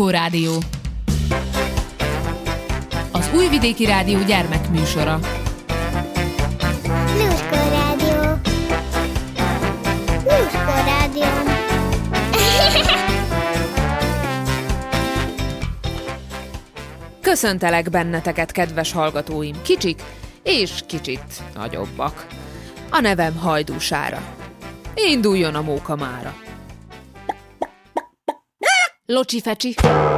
Nőskó Rádió. Az Újvidéki Rádió gyermekműsora. Nőskó Rádió. Nőskó Rádió. Köszöntelek benneteket, kedves hallgatóim, kicsik és kicsit nagyobbak. A nevem Hajdúsára. Induljon a móka mára. Locsi-fecsi.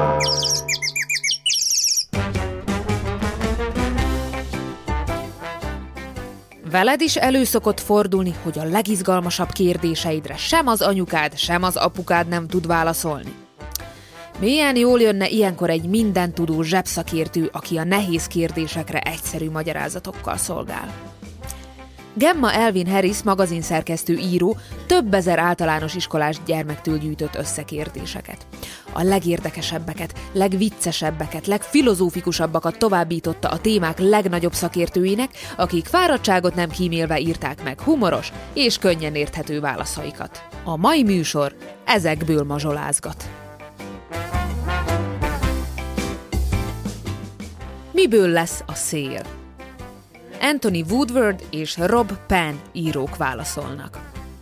Veled is elő szokott fordulni, hogy a legizgalmasabb kérdéseidre sem az anyukád, sem az apukád nem tud válaszolni. Milyen jól jönne ilyenkor egy mindentudó zsebszakértő, aki a nehéz kérdésekre egyszerű magyarázatokkal szolgál. Gemma Elvin Harris magazinszerkesztő író több ezer általános iskolás gyermektől gyűjtött össze kérdéseket. A legérdekesebbeket, legviccesebbeket, legfilozófikusabbakat továbbította a témák legnagyobb szakértőinek, akik fáradtságot nem kímélve írták meg humoros és könnyen érthető válaszaikat. A mai műsor ezekből mazsolázgat. Miből lesz a szél? Anthony Woodward és Rob Penn írók válaszolnak.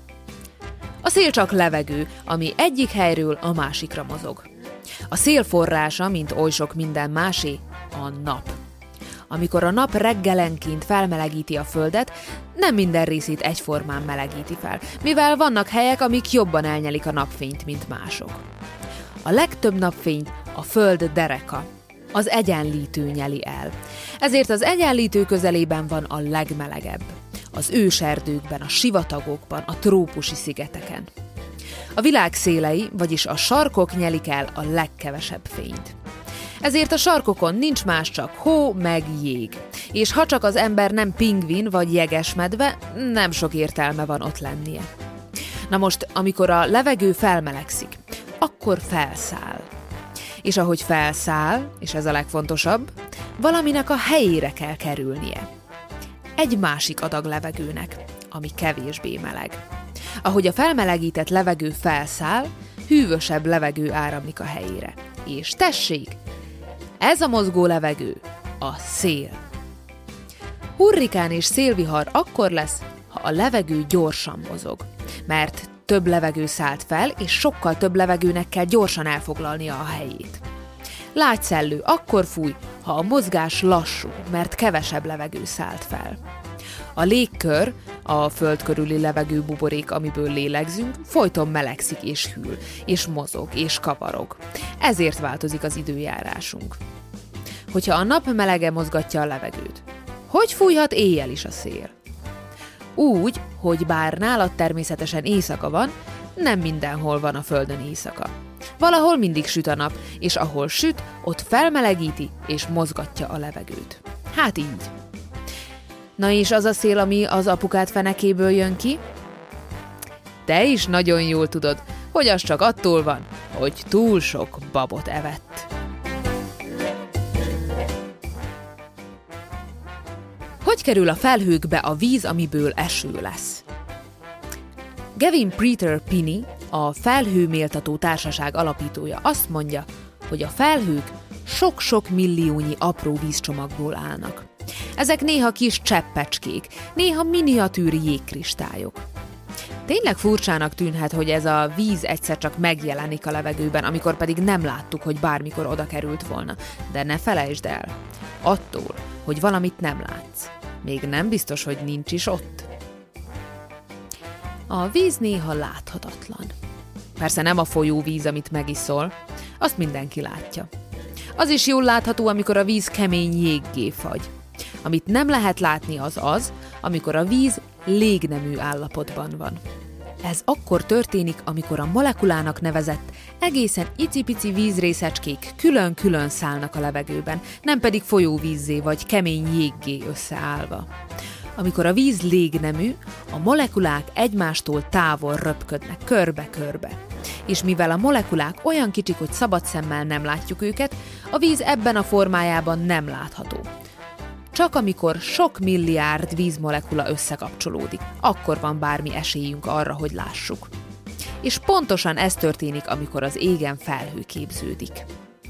A szél csak levegő, ami egyik helyről a másikra mozog. A szél forrása, mint oly sok minden másé, a nap. Amikor a nap reggelenként felmelegíti a földet, nem minden részét egyformán melegíti fel, mivel vannak helyek, amik jobban elnyelik a napfényt, mint mások. A legtöbb napfényt a föld dereka, az egyenlítő nyeli el. Ezért az egyenlítő közelében van a legmelegebb. Az őserdőkben, a sivatagokban, a trópusi szigeteken. A világ szélei, vagyis a sarkok nyelik el a legkevesebb fényt. Ezért a sarkokon nincs más, csak hó meg jég. És ha csak az ember nem pingvin vagy jegesmedve, nem sok értelme van ott lennie. Na most, amikor a levegő felmelegszik, akkor felszáll. És ahogy felszáll, és ez a legfontosabb, valaminek a helyére kell kerülnie. Egy másik adag levegőnek, ami kevésbé meleg. Ahogy a felmelegített levegő felszáll, hűvösebb levegő áramlik a helyére. És tessék, ez a mozgó levegő a szél. Hurrikán és szélvihar akkor lesz, ha a levegő gyorsan mozog, mert több levegő szállt fel, és sokkal több levegőnek kell gyorsan elfoglalnia a helyét. Lágyszellő akkor fúj, ha a mozgás lassú, mert kevesebb levegő szállt fel. A légkör, a föld körüli levegőbuborék, amiből lélegzünk, folyton melegszik és hűl, és mozog, és kavarog. Ezért változik az időjárásunk. Hogyha a nap melege mozgatja a levegőt, hogy fújhat éjjel is a szél? Úgy, hogy bár nálad természetesen éjszaka van, nem mindenhol van a földön éjszaka. Valahol mindig süt a nap, és ahol süt, ott felmelegíti és mozgatja a levegőt. Hát így. Na és az a szél, ami az apukád fenekéből jön ki? Te is nagyon jól tudod, hogy az csak attól van, hogy túl sok babot evett. Hogy kerül a felhőkbe a víz, amiből eső lesz? Gavin Preter-Pinney, a Felhőméltató Társaság alapítója azt mondja, hogy a felhők sok-sok milliónyi apró vízcsomagból állnak. Ezek néha kis cseppecskék, néha miniatűr jégkristályok. Tényleg furcsának tűnhet, hogy ez a víz egyszer csak megjelenik a levegőben, amikor pedig nem láttuk, hogy bármikor oda került volna. De ne felejtsd el, attól, hogy valamit nem látsz, még nem biztos, hogy nincs is ott. A víz néha láthatatlan. Persze nem a folyóvíz, amit megiszol, azt mindenki látja. Az is jól látható, amikor a víz kemény jéggé fagy. Amit nem lehet látni az, amikor a víz légnemű állapotban van. Ez akkor történik, amikor a molekulának nevezett egészen icipici vízrészecskék külön-külön szállnak a levegőben, nem pedig folyóvízzé vagy kemény jéggé összeállva. Amikor a víz légnemű, a molekulák egymástól távol röpködnek körbe-körbe. És mivel a molekulák olyan kicsik, hogy szabad szemmel nem látjuk őket, a víz ebben a formájában nem látható. Csak amikor sok milliárd vízmolekula összekapcsolódik, akkor van bármi esélyünk arra, hogy lássuk. És pontosan ez történik, amikor az égen felhő képződik.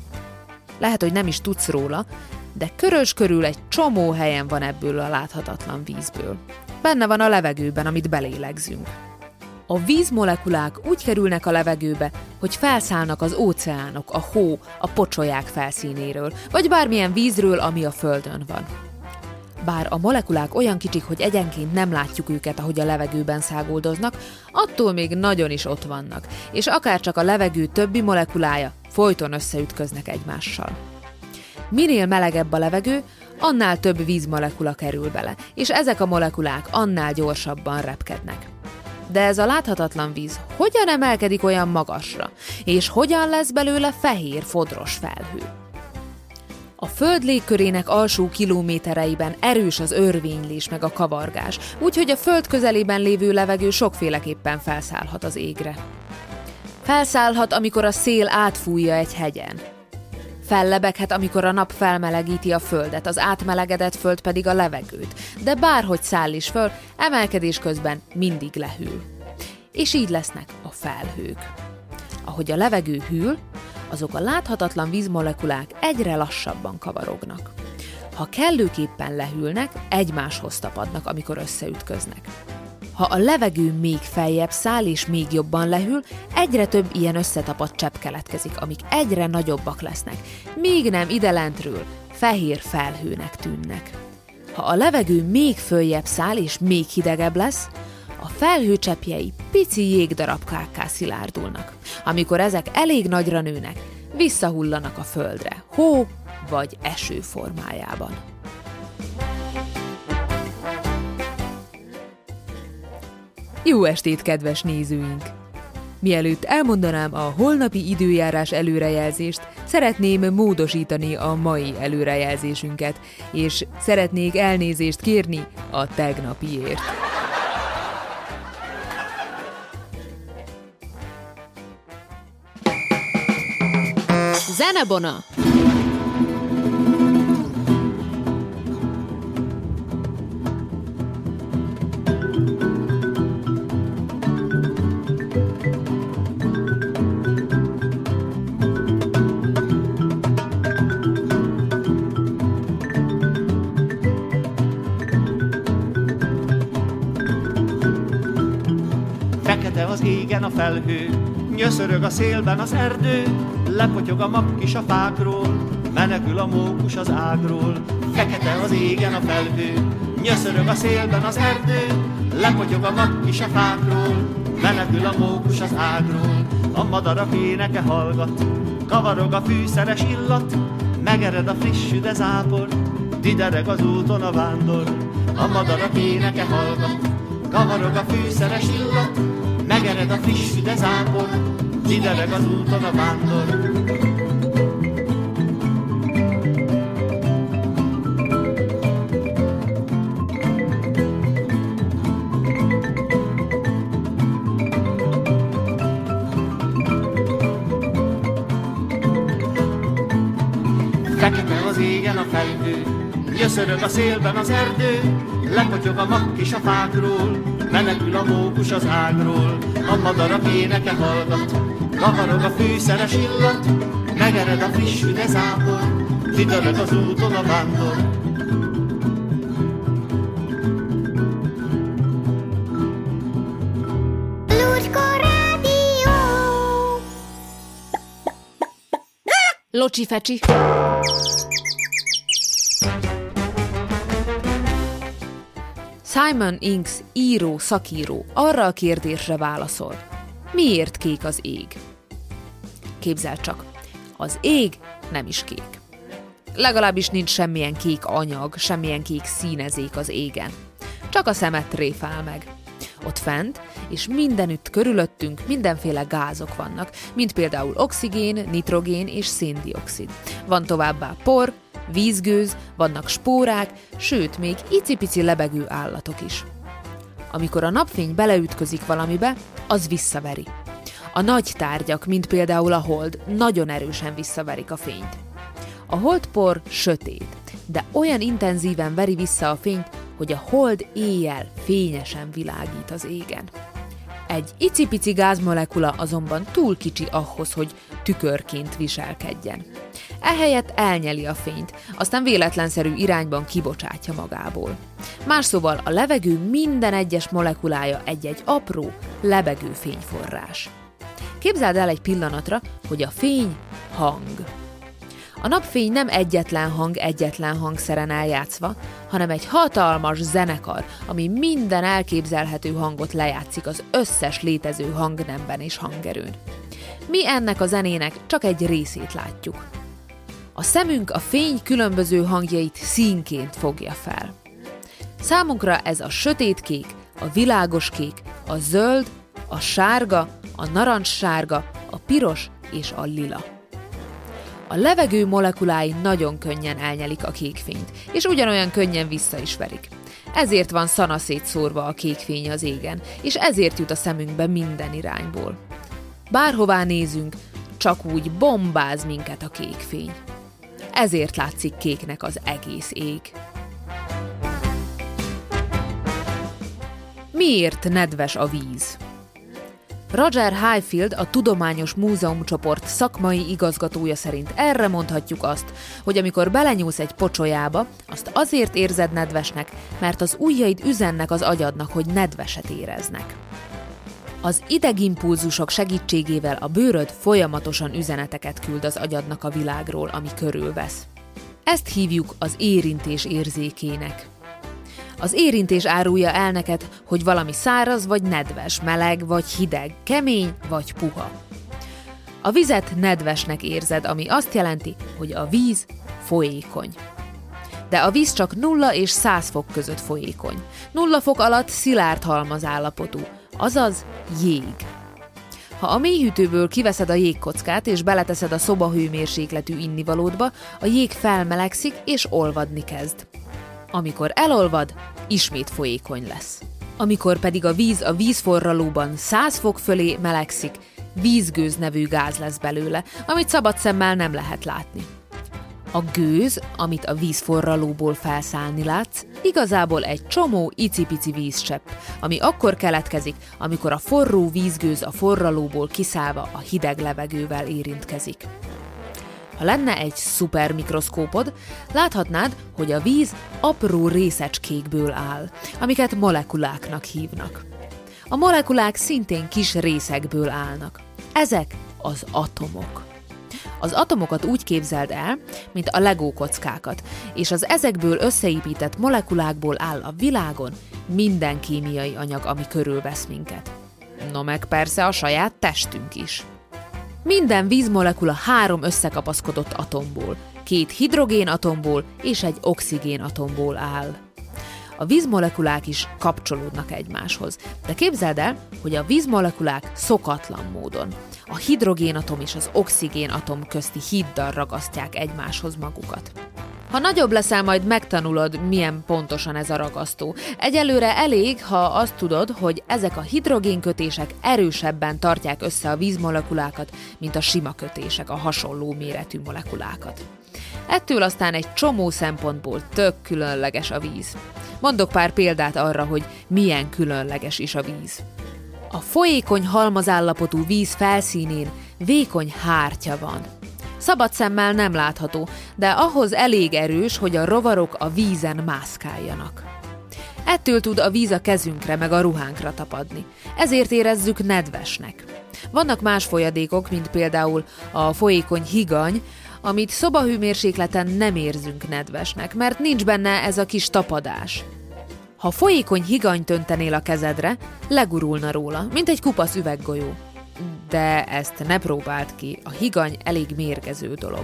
lehet, hogy nem is tudsz róla, de körös körül egy csomó helyen van ebből a láthatatlan vízből. Benne van a levegőben, amit belélegzünk. A vízmolekulák úgy kerülnek a levegőbe, hogy felszállnak az óceánok, a hó, a pocsolyák felszínéről, vagy bármilyen vízről, ami a Földön van. Bár a molekulák olyan kicsik, hogy egyenként nem látjuk őket, ahogy a levegőben száguldoznak, attól még nagyon is ott vannak, és akárcsak a levegő többi molekulája folyton összeütköznek egymással. Minél melegebb a levegő, annál több vízmolekula kerül bele, és ezek a molekulák annál gyorsabban repkednek. De ez a láthatatlan víz hogyan emelkedik olyan magasra, és hogyan lesz belőle fehér, fodros felhő? A Föld légkörének alsó kilométereiben erős az örvénylés meg a kavargás, úgyhogy a Föld közelében lévő levegő sokféleképpen felszállhat az égre. Felszállhat, amikor a szél átfújja egy hegyen. Fellebeghet, amikor a nap felmelegíti a Földet, az átmelegedett Föld pedig a levegőt, de bárhogy száll is föl, emelkedés közben mindig lehűl. És így lesznek a felhők. Ahogy a levegő hűl, azok a láthatatlan vízmolekulák egyre lassabban kavarognak. Ha kellőképpen lehűlnek, egymáshoz tapadnak, amikor összeütköznek. Ha a levegő még feljebb száll és még jobban lehűl, egyre több ilyen összetapadt csepp keletkezik, amik egyre nagyobbak lesznek, míg nem idelentről fehér felhőnek tűnnek. Ha a levegő még följebb száll és még hidegebb lesz, a felhő cseppjei pici jégdarabkákká szilárdulnak. Amikor ezek elég nagyra nőnek, visszahullanak a földre, hó vagy eső formájában. Jó estét, kedves nézőink! Mielőtt elmondanám a holnapi időjárás előrejelzést, szeretném módosítani a mai előrejelzésünket, és szeretnék elnézést kérni a tegnapiért. Zenebona! Fekete az égen a felhő, nyöszörög a szélben az erdő, lepotyog a map is a fákról, menekül a mókus az ágról. Fekete az égen a felhő, nyöszörög a szélben az erdő, lepotyog a map is a fákról, menekül a mókus az ágról. A madarak éneke hallgat, kavarog a fűszeres illat, megered a friss süde zápor, didereg az úton a vándor. A madarak éneke hallgat, kavarog a fűszeres illat, megered a friss süde zápor, didereg az úton a vándor. Fekete az égen a felhő, nyöszörög a szélben az erdő, lepotyog a makk is a fákról, menekül a mókus az ágról. A madarak éneke hallgat, kavarog a fűszeres illat, megered a friss süde zápor, didereg az úton a vándor. Lucska Rádió! Locsi fecsi! Simon Inks író, szakíró arra a kérdésre válaszol: miért kék az ég? Képzeld csak, az ég nem is kék. Legalábbis nincs semmilyen kék anyag, semmilyen kék színezék az égen. Csak a szemet tréfál meg. Ott fent, és mindenütt körülöttünk mindenféle gázok vannak, mint például oxigén, nitrogén és széndioxid. Van továbbá por, vízgőz, vannak spórák, sőt, még icipici lebegő állatok is. Amikor a napfény beleütközik valamibe, az visszaveri. A nagy tárgyak, mint például a hold, nagyon erősen visszaverik a fényt. A holdpor sötét, de olyan intenzíven veri vissza a fényt, hogy a hold éjjel fényesen világít az égen. Egy icipici gázmolekula azonban túl kicsi ahhoz, hogy tükörként viselkedjen. Ehelyett elnyeli a fényt, aztán véletlenszerű irányban kibocsátja magából. Más szóval a levegő minden egyes molekulája egy-egy apró, lebegő fényforrás. Képzeld el egy pillanatra, hogy a fény hang. A napfény nem egyetlen hangszeren eljátszva, hanem egy hatalmas zenekar, ami minden elképzelhető hangot lejátszik az összes létező hangnemben és hangerőn. Mi ennek a zenének csak egy részét látjuk. A szemünk a fény különböző hangjait színként fogja fel. Számunkra ez a sötétkék, a világoskék, a zöld, a sárga, a narancssárga, a piros és a lila. A levegő molekulái nagyon könnyen elnyelik a kékfényt, és ugyanolyan könnyen vissza is verik. Ezért van szanaszét szórva a kékfény az égen, és ezért jut a szemünkbe minden irányból. Bárhová nézünk, csak úgy bombáz minket a kékfény. Ezért látszik kéknek az egész ég. Miért nedves a víz? Roger Highfield, a Tudományos Múzeumcsoport szakmai igazgatója szerint erre mondhatjuk azt, hogy amikor belenyúlsz egy pocsolyába, azt azért érzed nedvesnek, mert az ujjaid üzennek az agyadnak, hogy nedveset éreznek. Az idegimpulzusok segítségével a bőröd folyamatosan üzeneteket küld az agyadnak a világról, ami körülvesz. Ezt hívjuk az érintés érzékének. Az érintés árulja el neked, hogy valami száraz vagy nedves, meleg vagy hideg, kemény vagy puha. A vizet nedvesnek érzed, ami azt jelenti, hogy a víz folyékony. De a víz csak 0 és 100 fok között folyékony. 0 fok alatt szilárd halmazállapotú, azaz jég. Ha a mélyhűtőből kiveszed a jégkockát és beleteszed a szobahőmérsékletű innivalódba, a jég felmelegszik és olvadni kezd. Amikor elolvad, ismét folyékony lesz. Amikor pedig a víz a vízforralóban 100 fok fölé melegszik, vízgőz nevű gáz lesz belőle, amit szabad szemmel nem lehet látni. A gőz, amit a vízforralóból felszállni látsz, igazából egy csomó icipici vízcsepp, ami akkor keletkezik, amikor a forró vízgőz a forralóból kiszállva a hideg levegővel érintkezik. Ha lenne egy szupermikroszkópod, láthatnád, hogy a víz apró részecskékből áll, amiket molekuláknak hívnak. A molekulák szintén kis részekből állnak. Ezek az atomok. Az atomokat úgy képzeld el, mint a Lego kockákat, és az ezekből összeépített molekulákból áll a világon minden kémiai anyag, ami körülvesz minket. No meg persze a saját testünk is. Minden vízmolekula 3 összekapaszkodott atomból, 2 hidrogénatomból és egy oxigénatomból áll. A vízmolekulák is kapcsolódnak egymáshoz, de képzeld el, hogy a vízmolekulák szokatlan módon a hidrogénatom és az oxigénatom közti híddal ragasztják egymáshoz magukat. Ha nagyobb leszel, majd megtanulod, milyen pontosan ez a ragasztó. Egyelőre elég, ha azt tudod, hogy ezek a hidrogénkötések erősebben tartják össze a vízmolekulákat, mint a sima kötések, a hasonló méretű molekulákat. Ettől aztán egy csomó szempontból tök különleges a víz. Mondok pár példát arra, hogy milyen különleges is a víz. A folyékony halmazállapotú víz felszínén vékony hártya van. Szabad szemmel nem látható, de ahhoz elég erős, hogy a rovarok a vízen mászkáljanak. Ettől tud a víz a kezünkre meg a ruhánkra tapadni. Ezért érezzük nedvesnek. Vannak más folyadékok, mint például a folyékony higany, amit szobahőmérsékleten nem érzünk nedvesnek, mert nincs benne ez a kis tapadás. Ha folyékony higanyt öntenél a kezedre, legurulna róla, mint egy kupasz üveggolyó. De ezt ne próbáld ki, a higany elég mérgező dolog.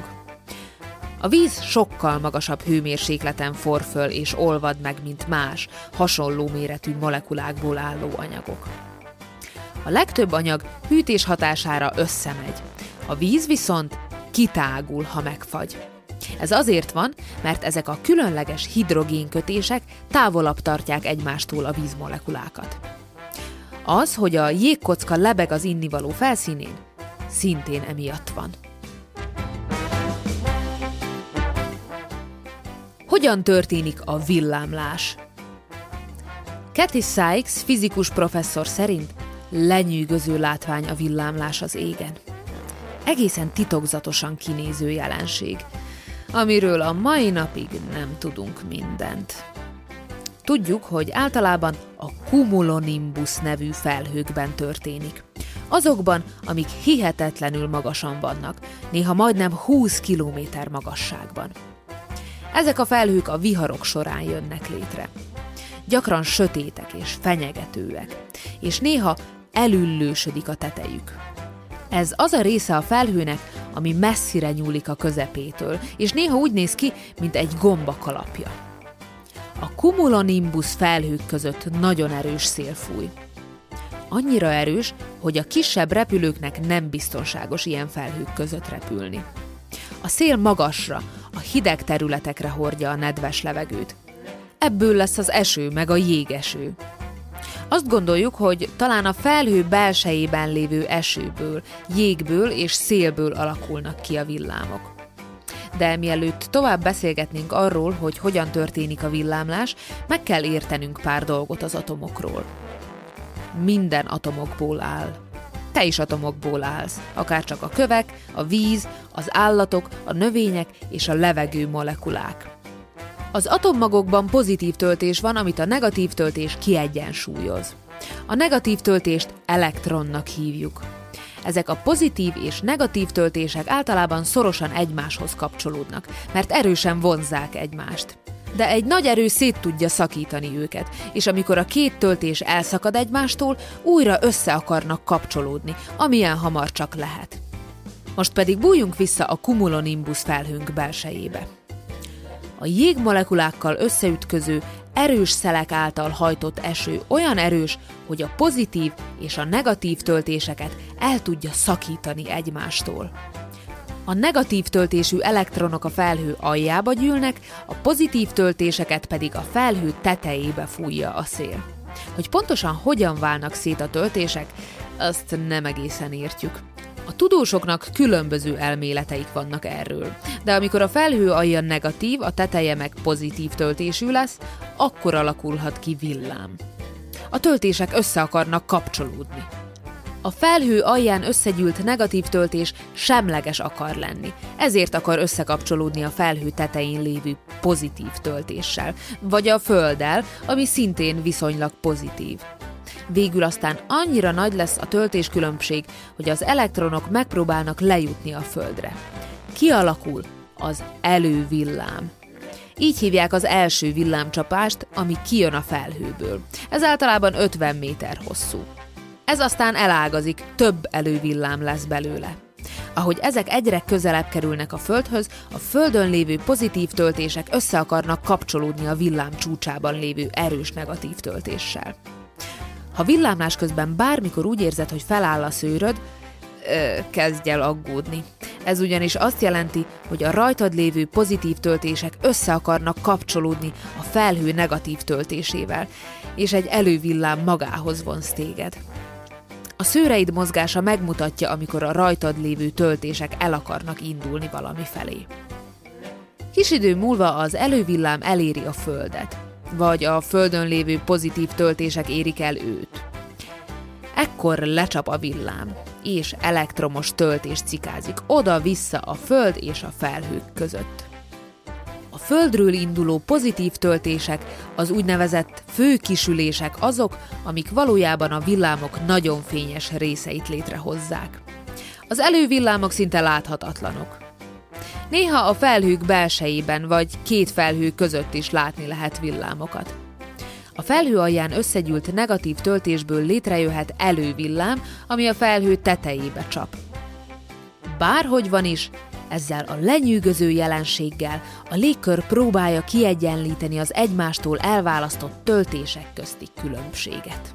A víz sokkal magasabb hőmérsékleten forr föl és olvad meg, mint más, hasonló méretű molekulákból álló anyagok. A legtöbb anyag hűtés hatására összemegy, a víz viszont kitágul, ha megfagy. Ez azért van, mert ezek a különleges hidrogénkötések távolabb tartják egymástól a vízmolekulákat. Az, hogy a jégkocka lebeg az innivaló felszínén, szintén emiatt van. Hogyan történik a villámlás? Kathy Sykes fizikus professzor szerint lenyűgöző látvány a villámlás az égen. egészen titokzatosan kinéző jelenség, amiről a mai napig nem tudunk mindent. Tudjuk, hogy általában a cumulonimbus nevű felhőkben történik. Azokban, amik hihetetlenül magasan vannak, néha majdnem 20 kilométer magasságban. Ezek a felhők a viharok során jönnek létre. Gyakran sötétek és fenyegetőek, és néha elüllősödik a tetejük. Ez az a része a felhőnek, ami messzire nyúlik a közepétől, és néha úgy néz ki, mint egy gomba kalapja. A cumulonimbus felhők között nagyon erős szél fúj. Annyira erős, hogy a kisebb repülőknek nem biztonságos ilyen felhők között repülni. A szél magasra, a hideg területekre hordja a nedves levegőt. Ebből lesz az eső meg a jégeső. Azt gondoljuk, hogy talán a felhő belsejében lévő esőből, jégből és szélből alakulnak ki a villámok. De mielőtt tovább beszélgetnénk arról, hogy hogyan történik a villámlás, meg kell értenünk pár dolgot az atomokról. Minden atomokból áll. Te is atomokból állsz, akárcsak a kövek, a víz, az állatok, a növények és a levegő molekulák. Az atommagokban pozitív töltés van, amit a negatív töltés kiegyensúlyoz. A negatív töltést elektronnak hívjuk. Ezek a pozitív és negatív töltések általában szorosan egymáshoz kapcsolódnak, mert erősen vonzzák egymást. De egy nagy erő szét tudja szakítani őket, és amikor a két töltés elszakad egymástól, újra össze akarnak kapcsolódni, amilyen hamar csak lehet. Most pedig bújjunk vissza a cumulonimbus felhőnk belsejébe. A jégmolekulákkal összeütköző, erős szelek által hajtott eső olyan erős, hogy a pozitív és a negatív töltéseket el tudja szakítani egymástól. A negatív töltésű elektronok a felhő aljába gyűlnek, a pozitív töltéseket pedig a felhő tetejébe fújja a szél. Hogy pontosan hogyan válnak szét a töltések, azt nem egészen értjük. A tudósoknak különböző elméleteik vannak erről, de amikor a felhő alja negatív, a teteje meg pozitív töltésű lesz, akkor alakulhat ki villám. A töltések össze akarnak kapcsolódni. A felhő alján összegyűlt negatív töltés semleges akar lenni, ezért akar összekapcsolódni a felhő tetején lévő pozitív töltéssel, vagy a Földdel, ami szintén viszonylag pozitív. Végül aztán annyira nagy lesz a töltéskülönbség, hogy az elektronok megpróbálnak lejutni a Földre. Kialakul az elővillám. Így hívják az első villámcsapást, ami kijön a felhőből. Ez általában 50 méter hosszú. Ez aztán elágazik, több elővillám lesz belőle. Ahogy ezek egyre közelebb kerülnek a Földhöz, a Földön lévő pozitív töltések össze akarnak kapcsolódni a villám csúcsában lévő erős negatív töltéssel. Ha villámlás közben bármikor úgy érzed, hogy feláll a szőröd, kezdj el aggódni. Ez ugyanis azt jelenti, hogy a rajtad lévő pozitív töltések össze akarnak kapcsolódni a felhő negatív töltésével, és egy elővillám magához vonz téged. A szőreid mozgása megmutatja, amikor a rajtad lévő töltések el akarnak indulni valami felé. Kis idő múlva az elővillám eléri a Földet, vagy a Földön lévő pozitív töltések érik el őt. Ekkor lecsap a villám, és elektromos töltés cikázik oda-vissza a Föld és a felhők között. A Földről induló pozitív töltések, az úgynevezett főkisülések azok, amik valójában a villámok nagyon fényes részeit létrehozzák. Az elővillámok szinte láthatatlanok. Néha a felhők belsejében vagy két felhő között is látni lehet villámokat. A felhő alján összegyűlt negatív töltésből létrejöhet elővillám, ami a felhő tetejébe csap. Bárhogy van is, ezzel a lenyűgöző jelenséggel a légkör próbálja kiegyenlíteni az egymástól elválasztott töltések közti különbséget.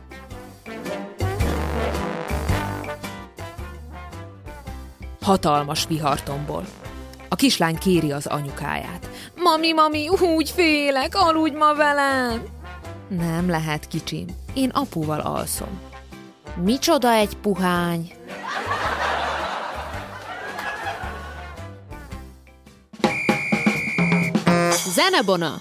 Hatalmas vihartombol. A kislány kéri az anyukáját. Mami, úgy félek, aludj ma velem! Nem lehet, kicsim, én apuval alszom. Micsoda egy puhány! Zenebona!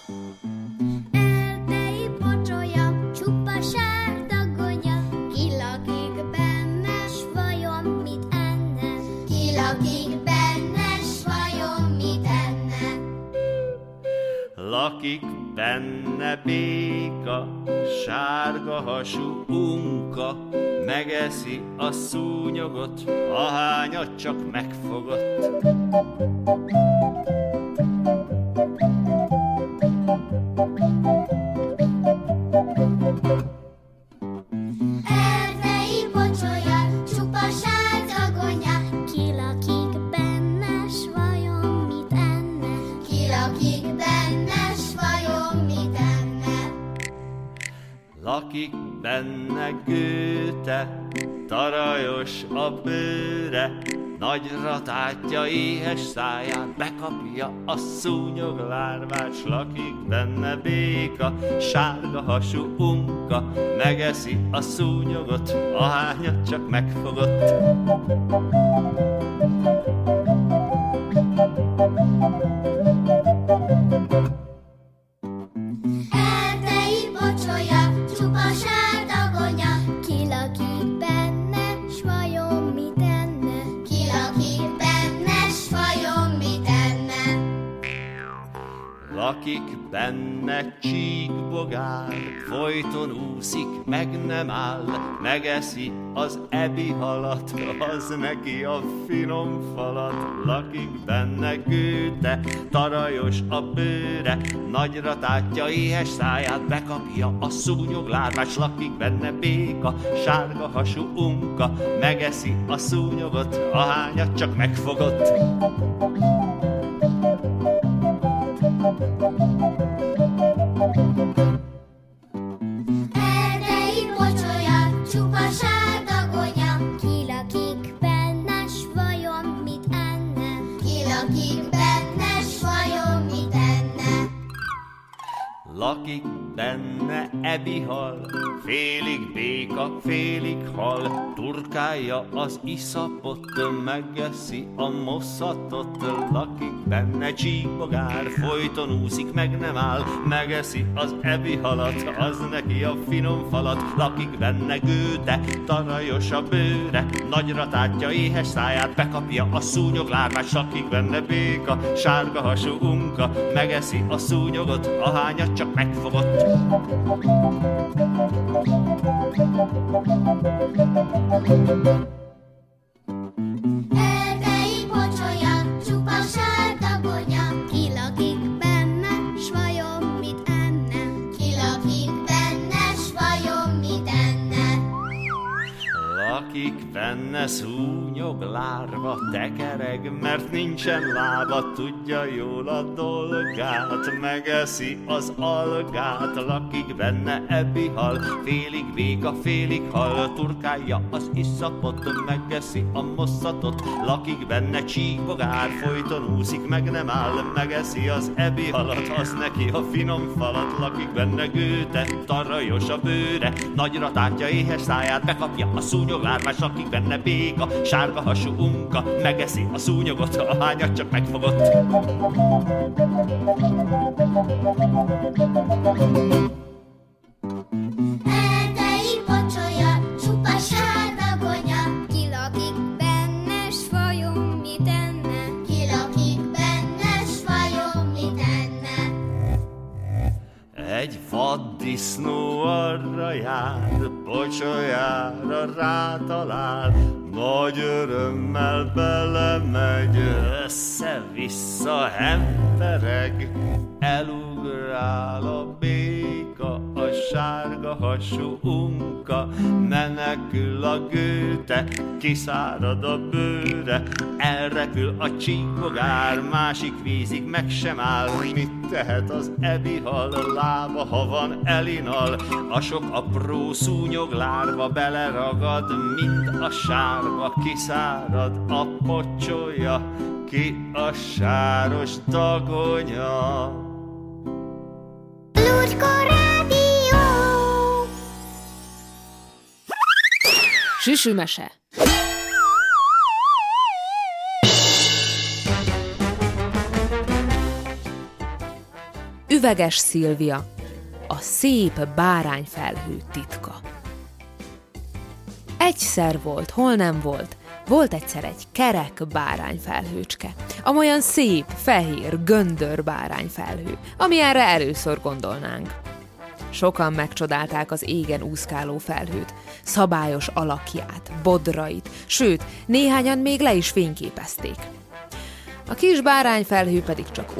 Erdei pocsolya, csupa sárdagonya, ki lakik benne, s vajon mit enne? Ki lakik benne, s vajon mit enne? Lakik benne béka, sárga hasú unka, megeszi a szúnyogot, ahányat csak megfogott. Erdei pocsolya, csupa sárgagonya, ki lakik benne, s vajon mit enne? Ki lakik benne, s vajon mit enne? Lakik benne Göte, tarajos a bőre, nagyra tátja éhes száját, bekapja a szúnyoglárvát, s lakik benne béka, sárga hasú unka, megeszi a szúnyogot, ahányat csak megfogott. Erdei pocsolya, csupa sárdagonya, ki lakik benne, s vajon mit enne? Ki lakik benne, s vajon mit enne? Lakik benne csíkbogár, folyton úszik, meg nem áll, megeszi az ebihalat, az neki a finom falat. Lakik benne Göte, tarajos a bőre, nagyra tátja éhes száját, bekapja a szúnyoglárvát, s lakik benne béka, sárga hasú unka, megeszi a szúnyogot, ahányat csak megfogott. Erdei pocsolya, csupa sárdagonya, ki lakik benne, s vajon mit enne? Ki lakik benne, s vajon mit enne? Lakik benne ebihal, félig béka, félig hal, turkálja az iszapot, megeszi a moszatot. Lakik benne csíkbogár, folyton úszik, meg nem áll, megeszi az ebihalat, az neki a finom falat. Lakik benne Göte, tarajos a bőre, nagyra tátja éhes száját, bekapja a szúnyoglárvát, s lakik benne béka, sárga hasú unka, megeszi a szúnyogot, ahányat csak megfogott. Erdei pocsolya, csupa sárdagonya, ki lakik benne, s vajon mit enne? Ki lakik benne, s vajon mit enne? Lakik benne szúnyoglárva, tekereg, mert nincsen lába, tudja jól a dolgát, megeszi az algát. Lakik benne ebihal, félig béka, félig hal, turkálja az iszapot, megeszi a moszatot. Lakik benne csíkbogár, folyton úszik, meg nem áll, megeszi az ebihalat, az neki a finom falat. Lakik benne Göte, tarajos a bőre, nagyra tátja éhes száját, bekapja a szúnyoglárvát, lakik benne béka, sárga hasú unka, megeszi a szúnyogot, ahányat csak megfogott. Erdei pocsolya, csupa sárdagonya, ki lakik benne, s vajon mit enne? Ki lakik benne, s vajon mit enne? Egy vaddisznó arra jár, pocsolyára rátalál, nagy örömmel belemegy, össze-vissza hempereg, elugrál a béka, a sárga hasú unka, menekül a Göte, kiszárad a bőre, elrepül a csíkbogár, másik vízig meg sem áll. Mit tehet az ebihal, lába ha van elinal, a sok apró szúnyoglárva beleragad, mind a sárba kiszárad a pocsolya, ki a sáros dagonya. Lucska Rádió! Süsümese. Üveges Szilvia, a szép bárányfelhő titka. Egyszer volt, hol nem volt, Volt egyszer egy kerek bárányfelhőcske, amolyan szép, fehér, göndör bárányfelhő, ami erre először gondolnánk. Sokan megcsodálták az égen úszkáló felhőt, szabályos alakját, bodrait, sőt, néhányan még le is fényképezték. A kis bárányfelhő pedig csak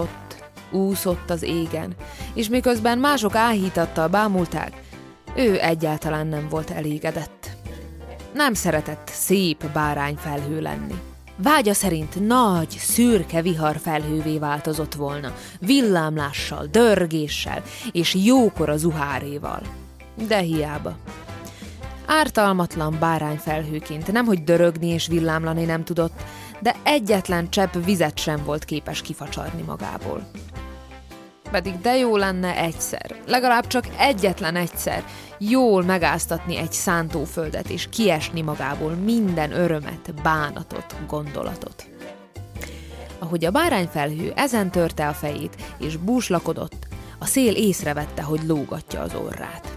úszott az égen, és miközben mások áhítattal bámulták, ő egyáltalán nem volt elégedett. Nem szeretett szép bárányfelhő lenni. Vágya szerint nagy, szürke viharfelhővé változott volna, villámlással, dörgéssel és jókora zuháréval. De hiába. Ártalmatlan bárányfelhőként nemhogy dörögni és villámlani nem tudott, de egyetlen csepp vizet sem volt képes kifacsarni magából. Pedig de jó lenne egyszer, legalább csak egyetlen egyszer jól megáztatni egy szántóföldet és kiesni magából minden örömet, bánatot, gondolatot. Ahogy a bárányfelhő ezen törte a fejét és búslakodott, a szél észrevette, hogy lógatja az orrát.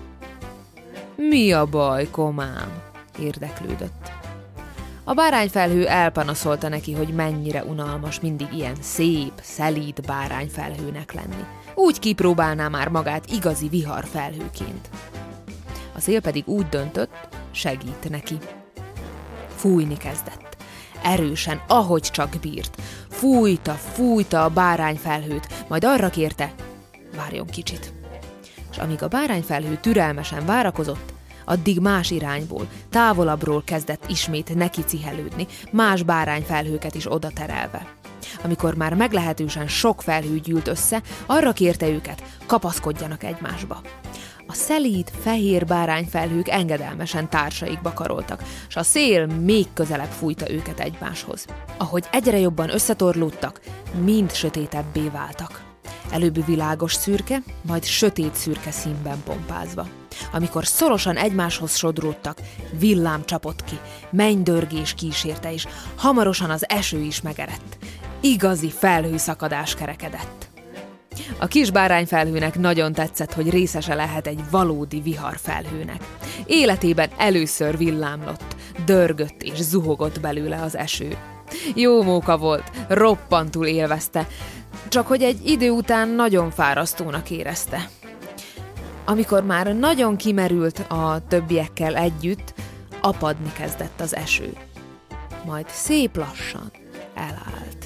Mi a baj, komám? Érdeklődött. A bárányfelhő elpanaszolta neki, hogy mennyire unalmas mindig ilyen szép, szelíd bárányfelhőnek lenni. Úgy kipróbálná már magát igazi viharfelhőként. A szél pedig úgy döntött, segít neki. Fújni kezdett. Erősen, ahogy csak bírt. Fújta a bárányfelhőt, majd arra kérte, várjon kicsit. És amíg a bárányfelhő türelmesen várakozott, addig más irányból, távolabbról kezdett ismét neki cihelődni, más bárányfelhőket is oda terelve. Amikor már meglehetősen sok felhő gyűlt össze, arra kérte őket, kapaszkodjanak egymásba. A szelíd, fehér bárányfelhők engedelmesen társaikba karoltak, s a szél még közelebb fújta őket egymáshoz. Ahogy egyre jobban összetorlódtak, mind sötétebbé váltak. Előbb világos szürke, majd sötét szürke színben pompázva. Amikor szorosan egymáshoz sodródtak, villám csapott ki, mennydörgés kísérte, és hamarosan az eső is megerett. Igazi felhőszakadás kerekedett. A kis bárányfelhőnek nagyon tetszett, hogy részese lehet egy valódi viharfelhőnek. Életében először villámlott, dörgött és zuhogott belőle az eső. Jó móka volt, roppantul élvezte, csak hogy egy idő után nagyon fárasztónak érezte. Amikor már nagyon kimerült a többiekkel együtt, apadni kezdett az eső. Majd szép lassan elállt.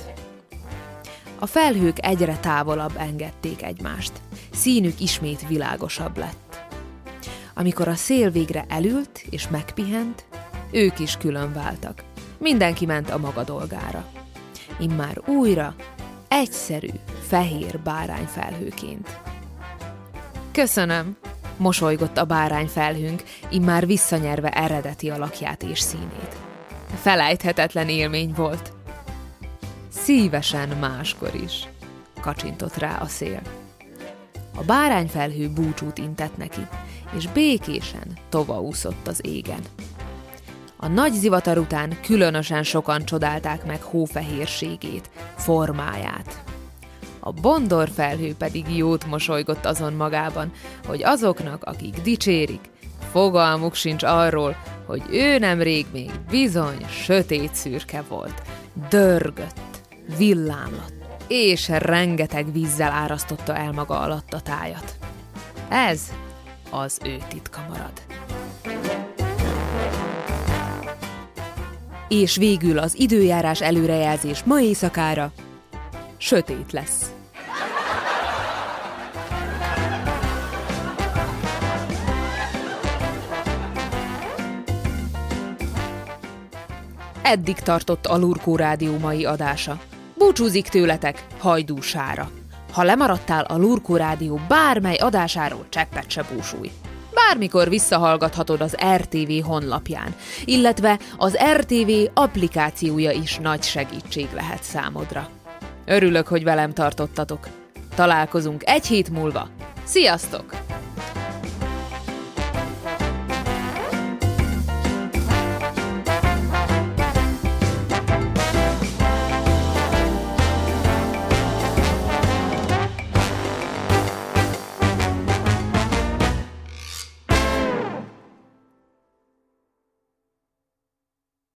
A felhők egyre távolabb engedték egymást. Színük ismét világosabb lett. Amikor a szél végre elült és megpihent, ők is külön váltak. Mindenki ment a maga dolgára. Immár újra egyszerű, fehér bárányfelhőként. Köszönöm, mosolygott a bárányfelhőnk, immár visszanyerve eredeti alakját és színét. Felejthetetlen élmény volt. Szívesen máskor is, kacsintott rá a szél. A bárányfelhő búcsút intett neki, és békésen tovaúszott az égen. A nagy zivatar után különösen sokan csodálták meg hófehérségét, formáját. A bondorfelhő pedig jót mosolygott azon magában, hogy azoknak, akik dicsérik, fogalmuk sincs arról, hogy ő nemrég még bizony sötét szürke volt, dörgött, villámlott, és rengeteg vízzel árasztotta el maga alatt a tájat. Ez az ő titka marad. És végül az időjárás előrejelzés ma éjszakára sötét lesz. Eddig tartott a Lurkó Rádió mai adása. Búcsúzik tőletek Hajdú Sára. Ha lemaradtál a Lurkó Rádió bármely adásáról, cseppet se búsulj. Bármikor visszahallgathatod az RTV honlapján, illetve az RTV applikációja is nagy segítség lehet számodra. Örülök, hogy velem tartottatok. Találkozunk egy hét múlva. Sziasztok!